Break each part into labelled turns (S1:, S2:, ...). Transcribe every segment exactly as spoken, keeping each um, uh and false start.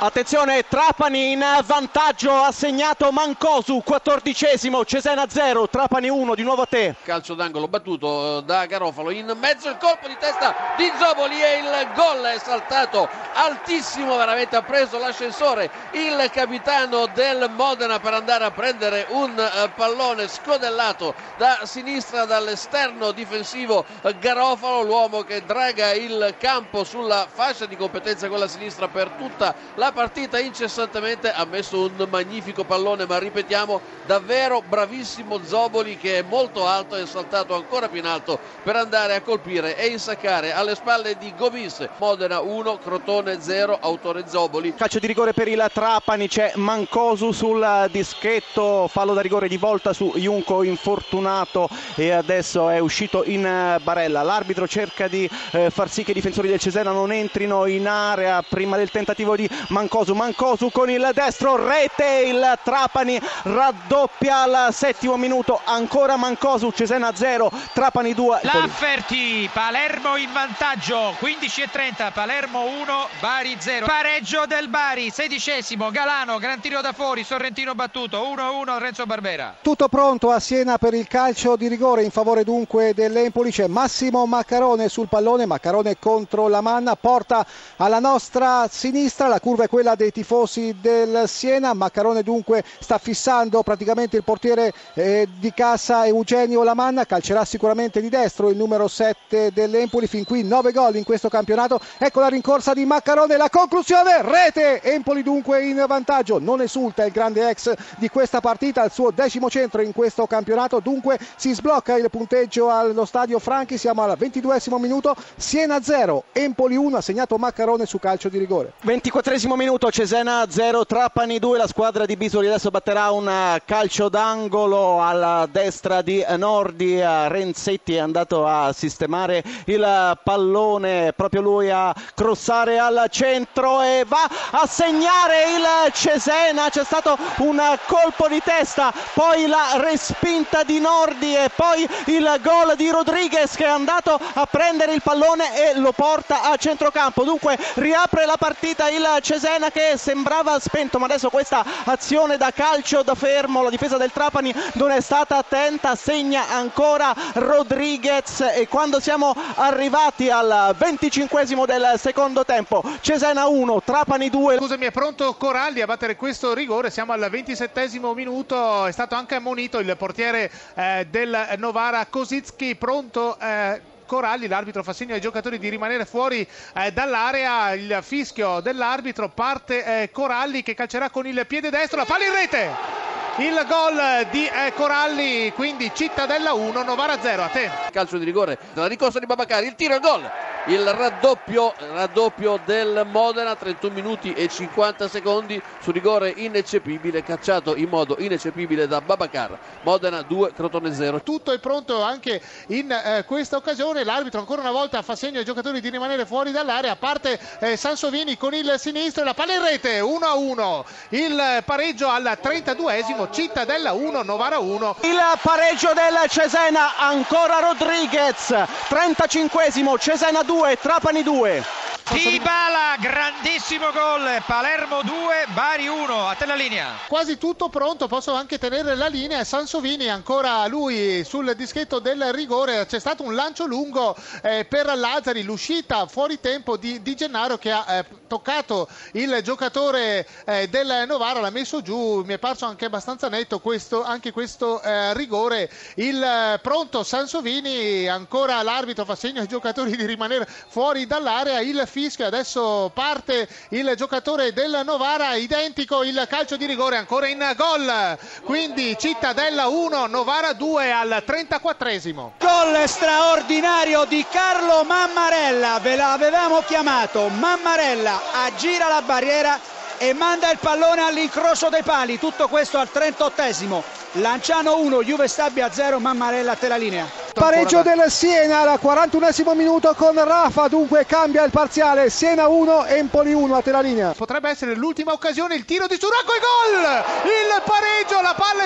S1: Attenzione, Trapani in vantaggio, ha segnato Mancosu, quattordicesimo, Cesena zero, Trapani uno, di nuovo a te.
S2: Calcio d'angolo battuto da Garofalo, in mezzo il colpo di testa di Zoboli e il gol è saltato altissimo, veramente ha preso l'ascensore il capitano del Modena per andare a prendere un pallone scodellato da sinistra dall'esterno difensivo Garofalo, l'uomo che draga il campo sulla fascia di competenza con la sinistra per tutta la partita incessantemente, ha messo un magnifico pallone, ma ripetiamo davvero bravissimo Zoboli che è molto alto, è saltato ancora più in alto per andare a colpire e insaccare alle spalle di Gomis. Modena uno, Crotone zero, autore Zoboli.
S1: Calcio di rigore per il Trapani, c'è Mancosu sul dischetto, fallo da rigore di volta su Junco infortunato e adesso è uscito in barella. L'arbitro cerca di eh, far sì che i difensori del Cesena non entrino in area prima del tentativo di Mancosu. Mancosu con il destro, rete, il Trapani raddoppia al settimo minuto, ancora Mancosu, Cesena zero, Trapani due.
S3: Lafferty, Palermo in vantaggio, quindici e trenta, Palermo uno, Bari zero. Pareggio del Bari, sedicesimo, Galano, gran tiro da fuori, Sorrentino battuto, uno a uno Renzo Barbera.
S4: Tutto pronto a Siena per il calcio di rigore in favore dunque dell'Empoli, c'è Massimo Maccarone sul pallone, Maccarone contro la manna, porta alla nostra sinistra, la curva è quella dei tifosi del Siena, Maccarone dunque sta fissando praticamente il portiere eh, di casa Eugenio Lamanna, calcerà sicuramente di destro il numero sette dell'Empoli, fin qui nove gol in questo campionato, ecco la rincorsa di Maccarone, la conclusione, rete, Empoli dunque in vantaggio, non esulta il grande ex di questa partita, al suo decimo centro in questo campionato, dunque si sblocca il punteggio allo stadio Franchi, siamo al ventiduesimo minuto, Siena zero, Empoli uno, ha segnato Maccarone su calcio di rigore.
S1: ventiquattresimo minuto, Cesena zero, Trapani due, la squadra di Bisoli adesso batterà un calcio d'angolo alla destra di Nordi, Renzetti è andato a sistemare il pallone, proprio lui a crossare al centro e va a segnare il Cesena, c'è stato un colpo di testa, poi la respinta di Nordi e poi il gol di Rodriguez che è andato a prendere il pallone e lo porta a centrocampo, dunque riapre la partita il Cesena che sembrava spento, ma adesso questa azione da calcio da fermo, la difesa del Trapani non è stata attenta, segna ancora Rodriguez e quando siamo arrivati al venticinquesimo del secondo tempo, Cesena uno, Trapani due.
S5: Scusami, è pronto Coralli a battere questo rigore, siamo al ventisettesimo minuto, è stato anche ammonito il portiere eh, del Novara Kosicki, pronto eh, Coralli, l'arbitro fa segno ai giocatori di rimanere fuori eh, dall'area, il fischio dell'arbitro, parte eh, Coralli che calcerà con il piede destro, la palla in rete! Il gol di eh, Coralli, quindi Cittadella uno, Novara zero, a te.
S2: Calcio di rigore, la ricorsa di Babacari, il tiro e il gol. Il raddoppio, raddoppio del Modena, trentuno minuti e cinquanta secondi su rigore ineccepibile, cacciato in modo ineccepibile da Babacar. Modena due, Crotone zero.
S5: Tutto è pronto anche in eh, questa occasione, l'arbitro ancora una volta fa segno ai giocatori di rimanere fuori dall'area, parte eh, Sansovini con il sinistro e la palla in rete, uno a uno. Il pareggio al trentaduesimo, Cittadella uno, Novara uno.
S1: Il pareggio del Cesena, ancora Rodriguez, trentacinquesimo, Cesena due, Trapani due.
S3: Dybala, grandissimo gol, Palermo due, Bari uno, a te la linea.
S5: Quasi tutto pronto, posso anche tenere la linea, Sansovini ancora lui sul dischetto del rigore, c'è stato un lancio lungo eh, per Lazzari, l'uscita fuori tempo di, di Gennaro che ha eh, toccato il giocatore eh, del Novara, l'ha messo giù, mi è parso anche abbastanza netto questo, anche questo eh, rigore. Il eh, pronto Sansovini, ancora l'arbitro fa segno ai giocatori di rimanere fuori dall'area, il fischio, adesso parte il giocatore del Novara, identico il calcio di rigore, ancora in gol, quindi Cittadella uno, Novara due al trentaquattresimo.
S6: Gol straordinario di Carlo Mammarella, ve l'avevamo chiamato, Mammarella aggira la barriera e manda il pallone all'incrocio dei pali, tutto questo al trentottesimo. Lanciano uno, Juve Stabia zero, Mammarella, a te la linea.
S4: Pareggio del Siena al quarantunesimo minuto con Rafa, dunque cambia il parziale, Siena uno, Empoli uno, a te la linea.
S5: Potrebbe essere l'ultima occasione, il tiro di Suracco e gol! Il pareggio, la palla è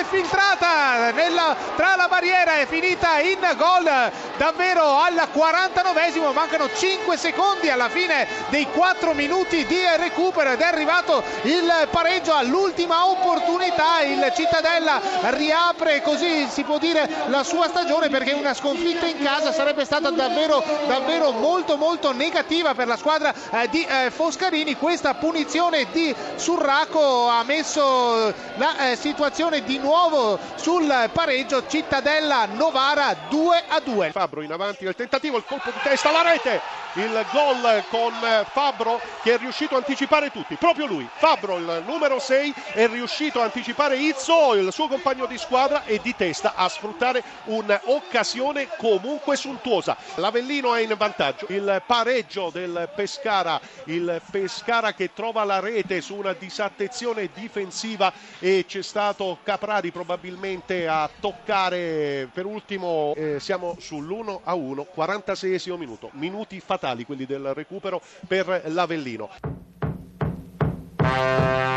S5: è filtrata nella, tra la barriera, è finita in gol davvero al quarantanovesimo, mancano cinque secondi alla fine dei quattro minuti di recupero ed è arrivato il pareggio all'ultima opportunità. Il Cittadella riapre, così si può dire, la sua stagione, perché una sconfitta in casa sarebbe stata davvero davvero molto molto negativa per la squadra eh, di eh, Foscarini. Questa punizione di Surraco ha messo la eh, situazione di nuovo sul pareggio. Cittadella Novara due a due.
S7: Fabbro in avanti nel tentativo, il colpo di testa alla rete, il gol con Fabbro che è riuscito a anticipare tutti, proprio lui, Fabbro, il numero sei, è riuscito a anticipare Izzo, il suo compagno di squadra, e di testa a sfruttare un'occasione comunque suntuosa. L'Avellino è in vantaggio, il pareggio del Pescara, il Pescara che trova la rete su una disattenzione difensiva e c'è stato Caprari probabilmente a toccare per ultimo. Eh, siamo sull'uno a uno, quarantaseiesimo minuto, minuti fatali quelli del recupero per l'Avellino.